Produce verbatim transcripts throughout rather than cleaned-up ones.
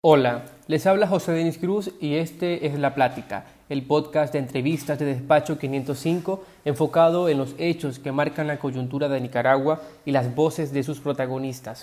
Hola, les habla José Denis Cruz y este es La Plática, el podcast de entrevistas de Despacho quinientos cinco enfocado en los hechos que marcan la coyuntura de Nicaragua y las voces de sus protagonistas.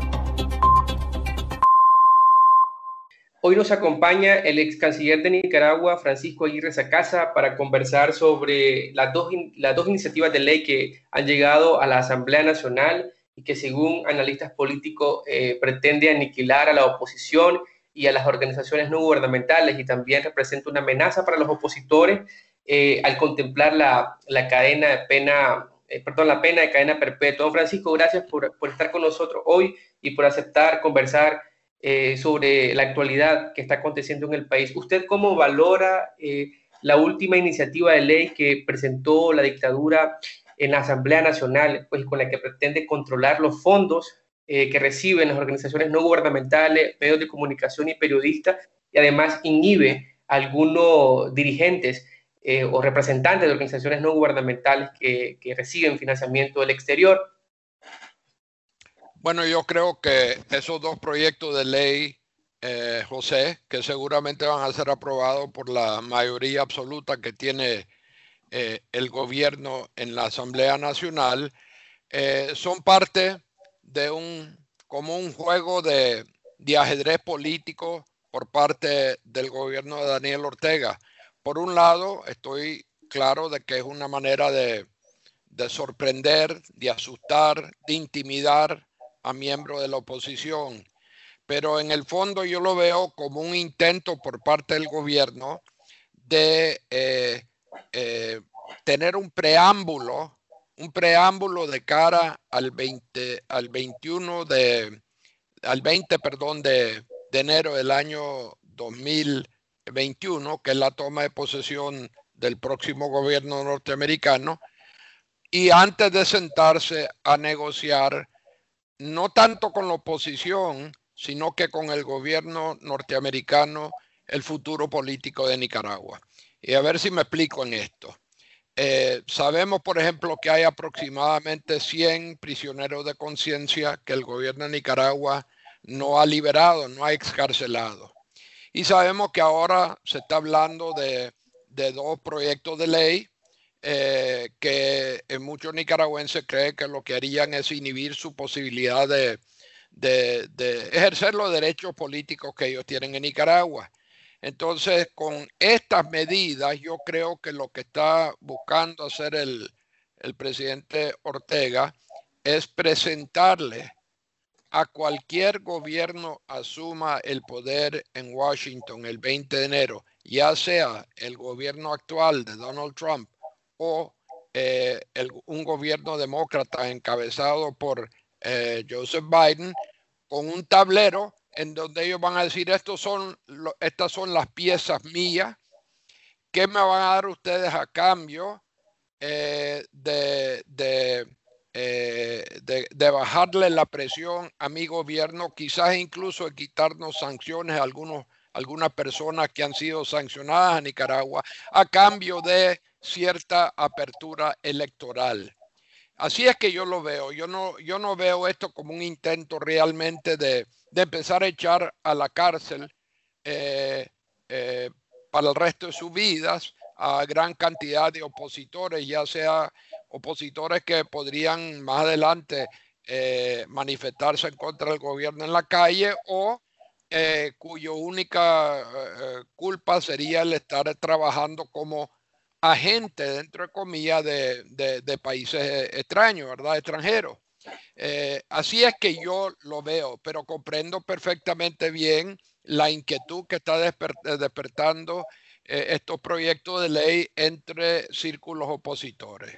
Hoy nos acompaña el ex canciller de Nicaragua, Francisco Aguirre Sacasa, para conversar sobre las dos, las dos iniciativas de ley que han llegado a la Asamblea Nacional y que, según analistas políticos, eh, pretende aniquilar a la oposición y a las organizaciones no gubernamentales, y también representa una amenaza para los opositores eh, al contemplar la, la cadena de pena, eh, perdón, la pena de cadena perpetua. Don Francisco, gracias por, por estar con nosotros hoy y por aceptar conversar Eh, sobre la actualidad que está aconteciendo en el país. ¿Usted cómo valora eh, la última iniciativa de ley que presentó la dictadura en la Asamblea Nacional, pues con la que pretende controlar los fondos eh, que reciben las organizaciones no gubernamentales, medios de comunicación y periodistas, y además inhibe a algunos dirigentes eh, o representantes de organizaciones no gubernamentales que, que reciben financiamiento del exterior? Bueno, yo creo que esos dos proyectos de ley, eh, José, que seguramente van a ser aprobados por la mayoría absoluta que tiene eh, el gobierno en la Asamblea Nacional, eh, son parte de un, como un juego de, de ajedrez político por parte del gobierno de Daniel Ortega. Por un lado, estoy claro de que es una manera de, de sorprender, de asustar, de intimidar a miembros de la oposición, pero en el fondo yo lo veo como un intento por parte del gobierno de eh, eh, tener un preámbulo, un preámbulo de cara al veinte, al veintiuno de, al veinte, perdón, de, de enero del año dos mil veintiuno, que es la toma de posesión del próximo gobierno norteamericano, y antes de sentarse a negociar no tanto con la oposición, sino que con el gobierno norteamericano, el futuro político de Nicaragua. Y a ver si me explico en esto. Eh, sabemos, por ejemplo, que hay aproximadamente cien prisioneros de conciencia que el gobierno de Nicaragua no ha liberado, no ha excarcelado. Y sabemos que ahora se está hablando de, de dos proyectos de ley Eh, que muchos nicaragüenses creen que lo que harían es inhibir su posibilidad de, de, de ejercer los derechos políticos que ellos tienen en Nicaragua. Entonces, con estas medidas, yo creo que lo que está buscando hacer el, el presidente Ortega es presentarle a cualquier gobierno asuma el poder en Washington el veinte de enero, ya sea el gobierno actual de Donald Trump o eh, el, un gobierno demócrata encabezado por eh, Joseph Biden, con un tablero en donde ellos van a decir, estos son, lo, estas son las piezas mías, ¿qué me van a dar ustedes a cambio eh, de, de, eh, de, de bajarle la presión a mi gobierno, quizás incluso de quitarnos sanciones a algunos, algunas personas que han sido sancionadas a Nicaragua, a cambio de cierta apertura electoral? Así es que yo lo veo. Yo no, yo no veo esto como un intento realmente de, de empezar a echar a la cárcel eh, eh, para el resto de sus vidas a gran cantidad de opositores, ya sea opositores que podrían más adelante eh, manifestarse en contra del gobierno en la calle o eh, cuya única eh, culpa sería el estar trabajando como agente, dentro de comillas, de, de, de países extraños, ¿verdad? Extranjeros. Eh, así es que yo lo veo, pero comprendo perfectamente bien la inquietud que está desper despertando eh, estos proyectos de ley entre círculos opositores.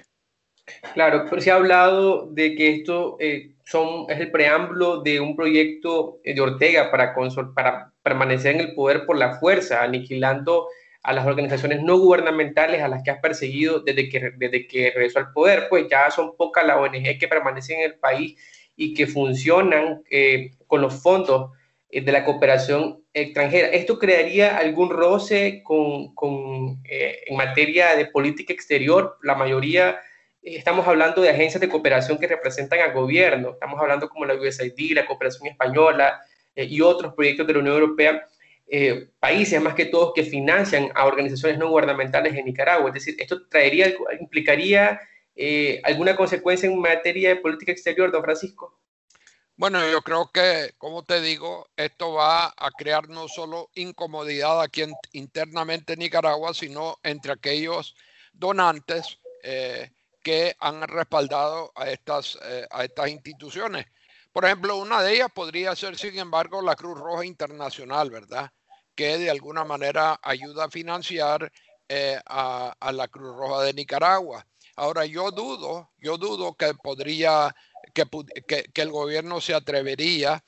Claro, pero se ha hablado de que esto eh, son, es el preámbulo de un proyecto de Ortega para, para permanecer en el poder por la fuerza, aniquilando a las organizaciones no gubernamentales a las que ha perseguido desde que, desde que regresó al poder. Pues ya son pocas las O N G que permanecen en el país y que funcionan eh, con los fondos eh, de la cooperación extranjera. ¿Esto crearía algún roce con, con, eh, en materia de política exterior? La mayoría... Estamos hablando de agencias de cooperación que representan al gobierno. Estamos hablando como la U S A I D, la Cooperación Española, eh, y otros proyectos de la Unión Europea, eh, países más que todos que financian a organizaciones no gubernamentales en Nicaragua. Es decir, esto traería, implicaría eh, alguna consecuencia en materia de política exterior, don Francisco. Bueno, yo creo que, como te digo, esto va a crear no solo incomodidad aquí en, internamente en Nicaragua, sino entre aquellos donantes eh, que han respaldado a estas, eh, a estas instituciones. Por ejemplo, una de ellas podría ser, sin embargo, la Cruz Roja Internacional, ¿verdad? Que de alguna manera ayuda a financiar eh, a, a la Cruz Roja de Nicaragua. Ahora, yo dudo, yo dudo que podría que, que, que el gobierno se atrevería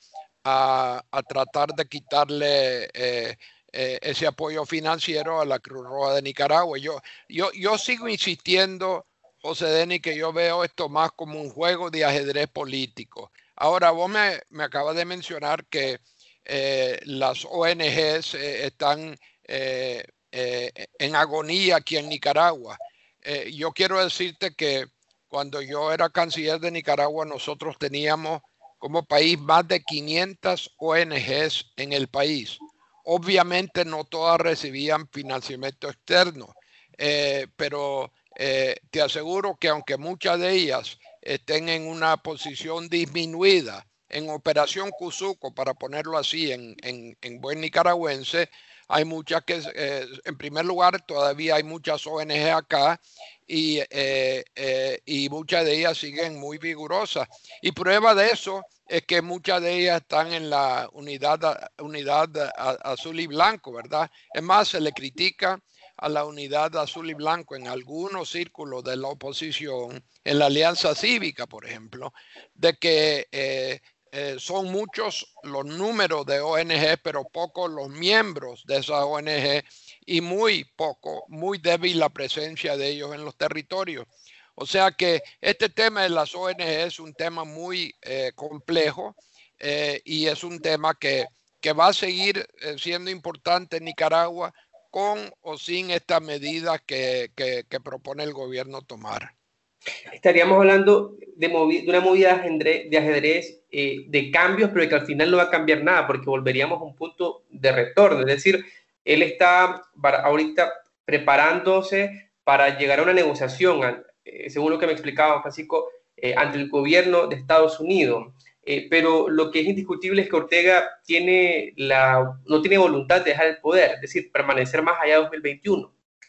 a, a tratar de quitarle eh, eh, ese apoyo financiero a la Cruz Roja de Nicaragua. Yo, yo, yo sigo insistiendo, José Denis, que yo veo esto más como un juego de ajedrez político. Ahora, vos me, me acabas de mencionar que eh, las O N Ges eh, están eh, eh, en agonía aquí en Nicaragua. Eh, yo quiero decirte que cuando yo era canciller de Nicaragua, nosotros teníamos como país más de quinientas O N Ges en el país. Obviamente no todas recibían financiamiento externo, eh, pero eh, te aseguro que aunque muchas de ellas estén en una posición disminuida, en Operación Cuzuco, para ponerlo así en, en, en buen nicaragüense, hay muchas que, eh, en primer lugar, todavía hay muchas O N G acá y, eh, eh, y muchas de ellas siguen muy vigorosas. Y prueba de eso es que muchas de ellas están en la unidad, unidad azul y blanco, ¿verdad? Es más, se le critica a la unidad azul y blanco en algunos círculos de la oposición, en la Alianza Cívica, por ejemplo, de que eh, eh, son muchos los números de O N G, pero pocos los miembros de esas O N G y muy poco, muy débil la presencia de ellos en los territorios. O sea que este tema de las O N G es un tema muy eh, complejo eh, y es un tema que, que va a seguir eh, siendo importante en Nicaragua con o sin estas medidas que, que, que propone el gobierno tomar. Estaríamos hablando de, de una movida de ajedrez, de, ajedrez eh, de cambios, pero que al final no va a cambiar nada, porque volveríamos a un punto de retorno. Es decir, él está para, ahorita preparándose para llegar a una negociación, eh, según lo que me explicaba Francisco, eh, ante el gobierno de Estados Unidos. Eh, pero lo que es indiscutible es que Ortega tiene la, no tiene voluntad de dejar el poder, es decir, permanecer más allá de dos mil veintiuno.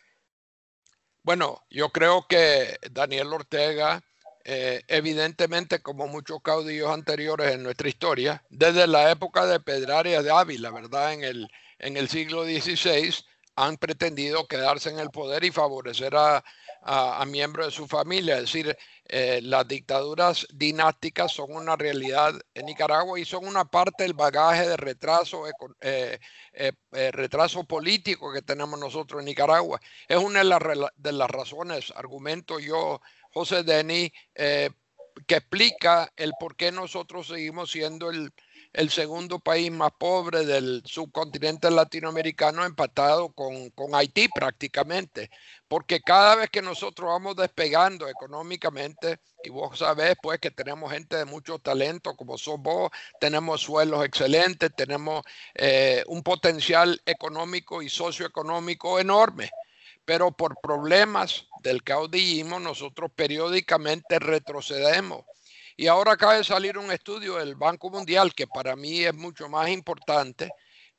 Bueno, yo creo que Daniel Ortega, eh, evidentemente, como muchos caudillos anteriores en nuestra historia, desde la época de Pedraria de Ávila, ¿verdad? En el, en el siglo dieciséis, han pretendido quedarse en el poder y favorecer a, a, a miembros de su familia. Es decir, eh, las dictaduras dinásticas son una realidad en Nicaragua y son una parte del bagaje de retraso, eh, eh, eh, retraso político que tenemos nosotros en Nicaragua. Es una de las, de las razones, argumento yo, José Denis, eh, que explica el por qué nosotros seguimos siendo el, el segundo país más pobre del subcontinente latinoamericano, empatado con, con Haití prácticamente. Porque cada vez que nosotros vamos despegando económicamente, y vos sabés pues que tenemos gente de mucho talento como sos vos, tenemos suelos excelentes, tenemos eh, un potencial económico y socioeconómico enorme. Pero por problemas del caudillismo nosotros periódicamente retrocedemos. Y ahora acaba de salir un estudio del Banco Mundial que para mí es mucho más importante,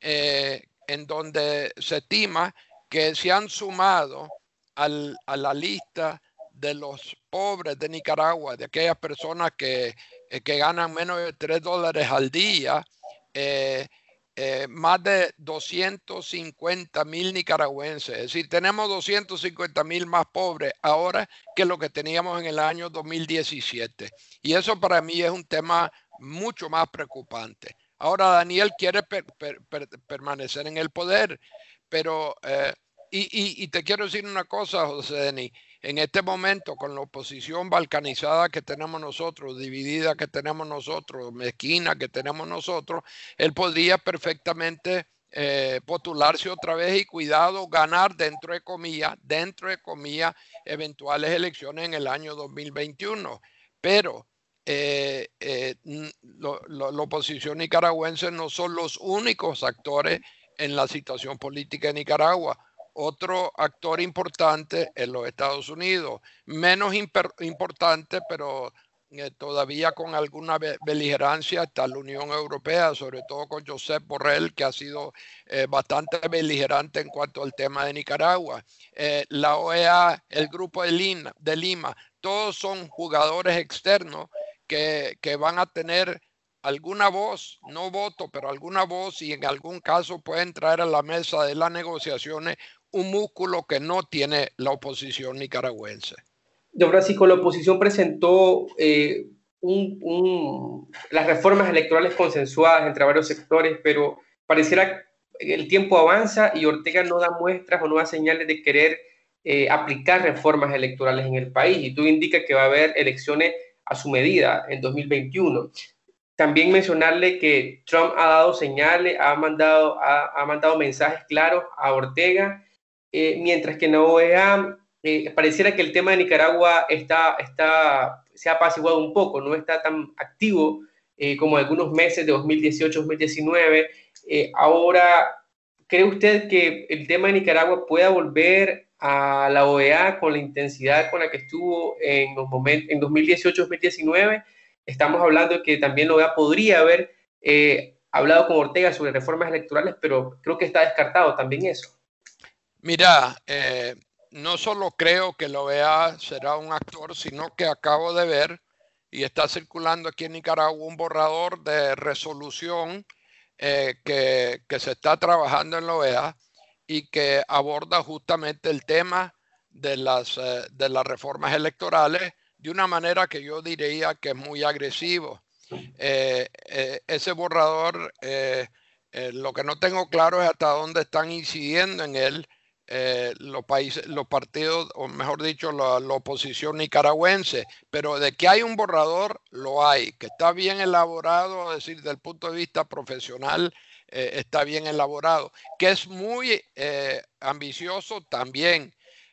eh, en donde se estima que se han sumado al, a la lista de los pobres de Nicaragua, de aquellas personas que, eh, que ganan menos de tres dólares al día, eh, Eh, más de doscientos cincuenta mil nicaragüenses. Es decir, tenemos doscientos cincuenta mil más pobres ahora que lo que teníamos en el año dos mil diecisiete. Y eso para mí es un tema mucho más preocupante. Ahora Daniel quiere per, per, per, permanecer en el poder, pero eh, y, y, y te quiero decir una cosa, José Denis. En este momento, con la oposición balcanizada que tenemos nosotros, dividida que tenemos nosotros, mezquina que tenemos nosotros, él podría perfectamente eh, postularse otra vez y, cuidado, ganar dentro de comillas, dentro de comillas, eventuales elecciones en el año dos mil veintiuno. Pero eh, eh, lo, lo, la oposición nicaragüense no son los únicos actores en la situación política de Nicaragua. Otro actor importante es los Estados Unidos, menos importante, pero eh, todavía con alguna be beligerancia está la Unión Europea, sobre todo con Josep Borrell, que ha sido eh, bastante beligerante en cuanto al tema de Nicaragua. Eh, la O E A, el Grupo de Lima, de Lima, todos son jugadores externos que, que van a tener alguna voz, no voto, pero alguna voz, y en algún caso pueden traer a la mesa de las negociaciones un músculo que no tiene la oposición nicaragüense. Don Francisco, la oposición presentó eh, un, un, las reformas electorales consensuadas entre varios sectores, pero pareciera que el tiempo avanza y Ortega no da muestras o no da señales de querer eh, aplicar reformas electorales en el país. Y tú indicas que va a haber elecciones a su medida en dos mil veintiuno. También mencionarle que Trump ha dado señales, ha mandado, ha, ha mandado mensajes claros a Ortega, eh, mientras que en la O E A eh, pareciera que el tema de Nicaragua está, está, se ha apaciguado un poco, no está tan activo eh, como algunos meses de dos mil dieciocho dos mil diecinueve. Eh, ahora, ¿cree usted que el tema de Nicaragua pueda volver a la O E A con la intensidad con la que estuvo en, los momentos, en dos mil dieciocho dos mil diecinueve? Estamos hablando de que también la O E A podría haber eh, hablado con Ortega sobre reformas electorales, pero creo que está descartado también eso. Mira, eh, no solo creo que la O E A será un actor, sino que acabo de ver y está circulando aquí en Nicaragua un borrador de resolución eh, que, que se está trabajando en la O E A y que aborda justamente el tema de las, eh, de las reformas electorales de una manera que yo diría que es muy agresivo. Eh, eh, ese borrador, eh, eh, lo que no tengo claro es hasta dónde están incidiendo en él eh, los países, los partidos, o mejor dicho, la, la oposición nicaragüense, pero de que hay un borrador, lo hay, que está bien elaborado, es decir, desde el punto de vista profesional, eh, está bien elaborado, que es muy eh, ambicioso también,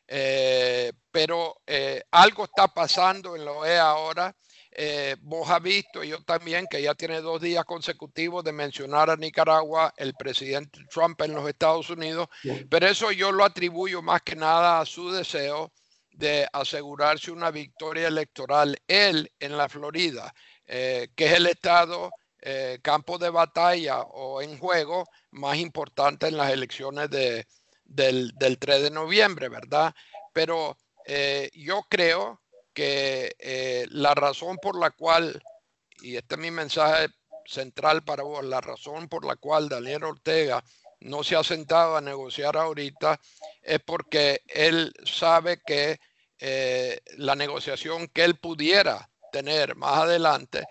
eh, pero eh, algo está pasando en la O E A ahora. Eh, vos has visto, y yo también, que ya tiene dos días consecutivos de mencionar a Nicaragua el presidente Trump en los Estados Unidos, sí. Pero eso yo lo atribuyo más que nada a su deseo de asegurarse una victoria electoral, él en la Florida, eh, que es el estado, eh, campo de batalla o en juego más importante en las elecciones de, del, del tres de noviembre, ¿verdad? Pero eh, yo creo que eh, la razón por la cual, y este es mi mensaje central para vos, la razón por la cual Daniel Ortega no se ha sentado a negociar ahorita es porque él sabe que eh, la negociación que él pudiera tener más adelante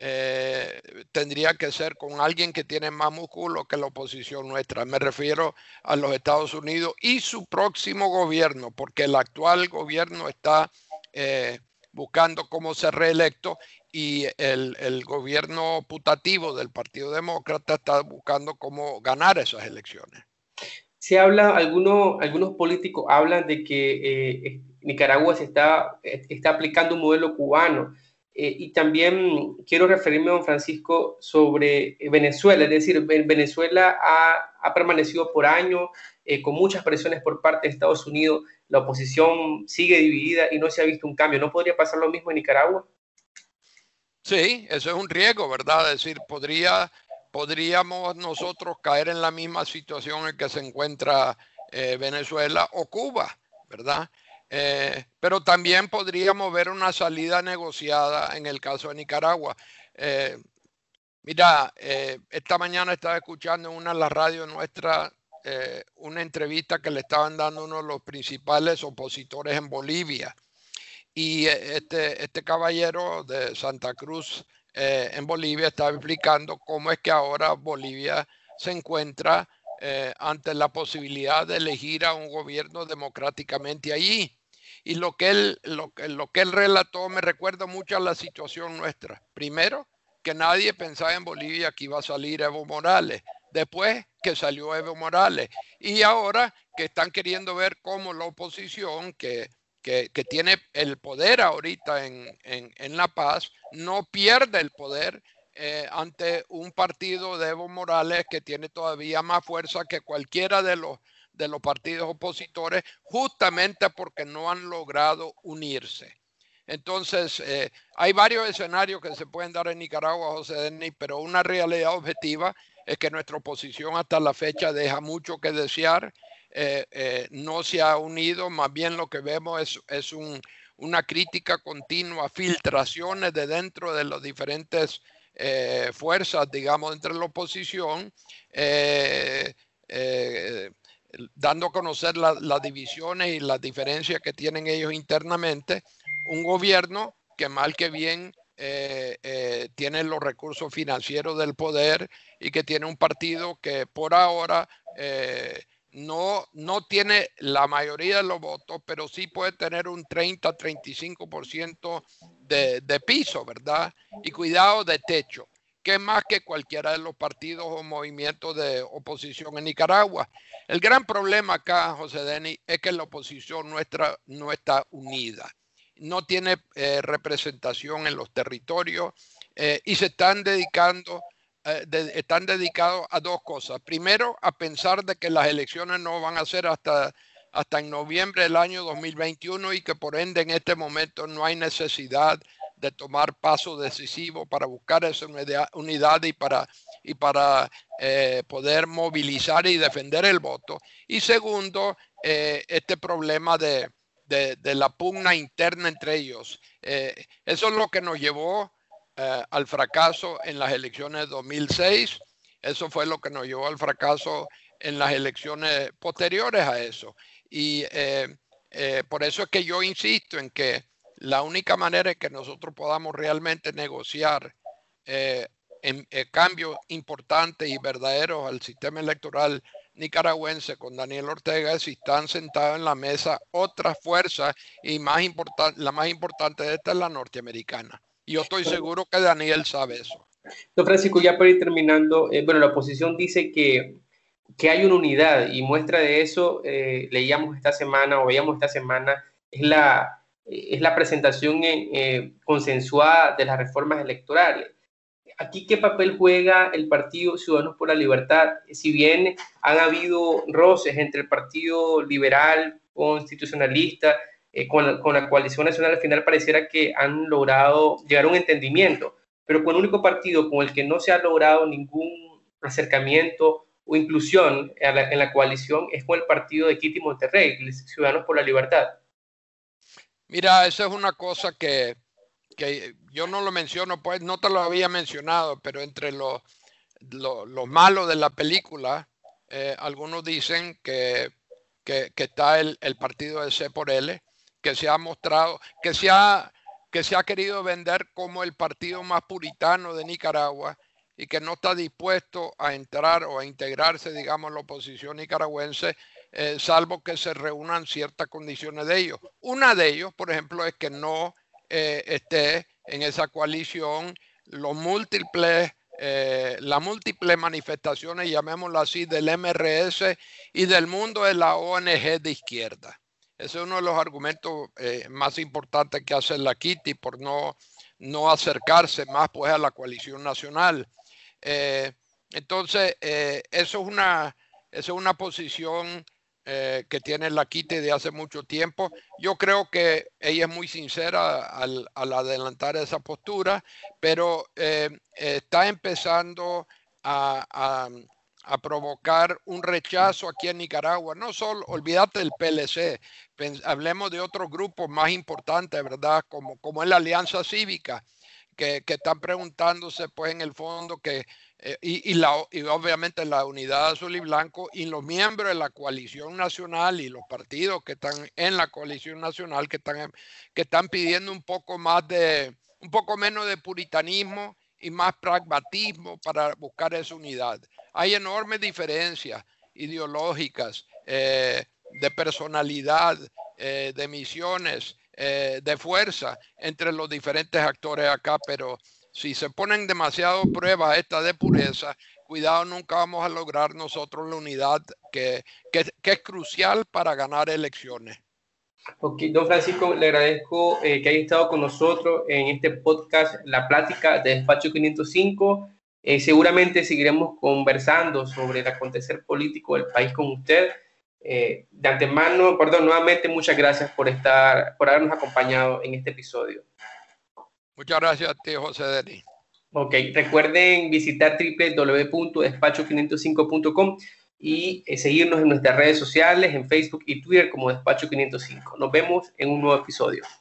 eh, tendría que ser con alguien que tiene más músculo que la oposición nuestra. Me refiero a los Estados Unidos y su próximo gobierno, porque el actual gobierno está Eh, buscando cómo ser reelecto y el, el gobierno putativo del Partido Demócrata está buscando cómo ganar esas elecciones. Se habla, algunos, algunos políticos hablan de que eh, Nicaragua se está, está aplicando un modelo cubano. Eh, y también quiero referirme, don Francisco, sobre Venezuela. Es decir, Venezuela ha, ha permanecido por años eh, con muchas presiones por parte de Estados Unidos. La oposición sigue dividida y no se ha visto un cambio. ¿No podría pasar lo mismo en Nicaragua? Sí, eso es un riesgo, ¿verdad? Es decir, podría, podríamos nosotros caer en la misma situación en que se encuentra eh, Venezuela o Cuba, ¿verdad? Eh, pero también podríamos ver una salida negociada en el caso de Nicaragua. Eh, mira, eh, esta mañana estaba escuchando en una de las radios nuestras eh, una entrevista que le estaban dando uno de los principales opositores en Bolivia. Y este, este caballero de Santa Cruz eh, en Bolivia estaba explicando cómo es que ahora Bolivia se encuentra eh, ante la posibilidad de elegir a un gobierno democráticamente allí. Y lo que, él, lo, lo que él relató me recuerda mucho a la situación nuestra. Primero, que nadie pensaba en Bolivia que iba a salir Evo Morales. Después que salió Evo Morales. Y ahora que están queriendo ver cómo la oposición, que que, que tiene el poder ahorita en, en, en La Paz, no pierde el poder eh, ante un partido de Evo Morales que tiene todavía más fuerza que cualquiera de los, de los partidos opositores, justamente porque no han logrado unirse. Entonces, eh, hay varios escenarios que se pueden dar en Nicaragua, José Denis, pero una realidad objetiva es que nuestra oposición hasta la fecha deja mucho que desear. Eh, eh, no se ha unido, más bien lo que vemos es, es un, una crítica continua, filtraciones de dentro de las diferentes eh, fuerzas, digamos, entre la oposición, eh, eh, dando a conocer la, las divisiones y las diferencias que tienen ellos internamente. Un gobierno que mal que bien eh, eh, tiene los recursos financieros del poder y que tiene un partido que por ahora eh, no, no tiene la mayoría de los votos, pero sí puede tener un treinta a treinta y cinco por ciento de, de piso, ¿verdad? Y cuidado, de techo, que es más que cualquiera de los partidos o movimientos de oposición en Nicaragua. El gran problema acá, José Denis, es que la oposición nuestra no está unida. No tiene eh, representación en los territorios eh, y se están dedicando, eh, de, están dedicados a dos cosas. Primero, a pensar de que las elecciones no van a ser hasta, hasta en noviembre del año dos mil veintiuno y que por ende en este momento no hay necesidad de tomar pasos decisivos para buscar esa unidad y para, y para eh, poder movilizar y defender el voto. Y segundo, eh, este problema de De, de la pugna interna entre ellos. Eh, eso es lo que nos llevó eh, al fracaso en las elecciones de dos mil seis. Eso fue lo que nos llevó al fracaso en las elecciones posteriores a eso. Y eh, eh, por eso es que yo insisto en que la única manera en que nosotros podamos realmente negociar eh, en, en cambios importantes y verdaderos al sistema electoral nicaragüense con Daniel Ortega si están sentados en la mesa otras fuerzas y más importante, la más importante de esta es la norteamericana. Y yo estoy seguro que Daniel sabe eso. Don Francisco, ya para ir terminando, eh, bueno, la oposición dice que, que hay una unidad y muestra de eso, eh, leíamos esta semana o veíamos esta semana, es la, es la presentación eh, consensuada de las reformas electorales. Aquí, ¿qué papel juega el Partido Ciudadanos por la Libertad? Si bien han habido roces entre el Partido Liberal Constitucionalista eh, con, la, con la Coalición Nacional, al final pareciera que han logrado llegar a un entendimiento, pero con el único partido con el que no se ha logrado ningún acercamiento o inclusión en la, en la coalición es con el partido de Kitty Monterrey, Ciudadanos por la Libertad. Mira, esa es una cosa que que yo no lo menciono, pues no te lo había mencionado, pero entre los lo, lo malos de la película, eh, algunos dicen que, que, que está el, el partido de C por L, que se ha mostrado, que se ha, que se ha querido vender como el partido más puritano de Nicaragua y que no está dispuesto a entrar o a integrarse, digamos, a la oposición nicaragüense, eh, salvo que se reúnan ciertas condiciones de ellos. Una de ellos, por ejemplo, es que no Eh, esté en esa coalición los múltiples, eh, las múltiples manifestaciones, llamémoslo así, del M R S y del mundo de la O N G de izquierda. Ese es uno de los argumentos eh, más importantes que hace la Kitty por no, no acercarse más pues a la coalición nacional. Eh, entonces, eh, eso es una, eso es una posición Eh, que tiene la Kitty de hace mucho tiempo. Yo creo que ella es muy sincera al, al adelantar esa postura, pero eh, está empezando a, a, a provocar un rechazo aquí en Nicaragua. No solo, olvídate del P L C, hablemos de otros grupos más importantes, ¿verdad? Como, como es la Alianza Cívica, que, que están preguntándose, pues, en el fondo que Eh, y, y, la, y obviamente la unidad azul y blanco y los miembros de la coalición nacional y los partidos que están en la coalición nacional que están, que están pidiendo un poco más de, un poco menos de puritanismo y más pragmatismo para buscar esa unidad. Hay enormes diferencias ideológicas, eh, de personalidad, eh, de misiones, eh, de fuerza entre los diferentes actores acá, pero si se ponen demasiado pruebas esta de pureza, cuidado, nunca vamos a lograr nosotros la unidad que, que, que es crucial para ganar elecciones. Ok, don Francisco, le agradezco eh, que haya estado con nosotros en este podcast, La Plática de Despacho quinientos cinco. Eh, seguramente seguiremos conversando sobre el acontecer político del país con usted. Eh, de antemano, perdón, nuevamente muchas gracias por estar, por habernos acompañado en este episodio. Muchas gracias a ti, José Denis. Ok, recuerden visitar doble u doble u doble u punto despacho quinientos cinco punto com y eh, seguirnos en nuestras redes sociales, en Facebook y Twitter como Despacho quinientos cinco. Nos vemos en un nuevo episodio.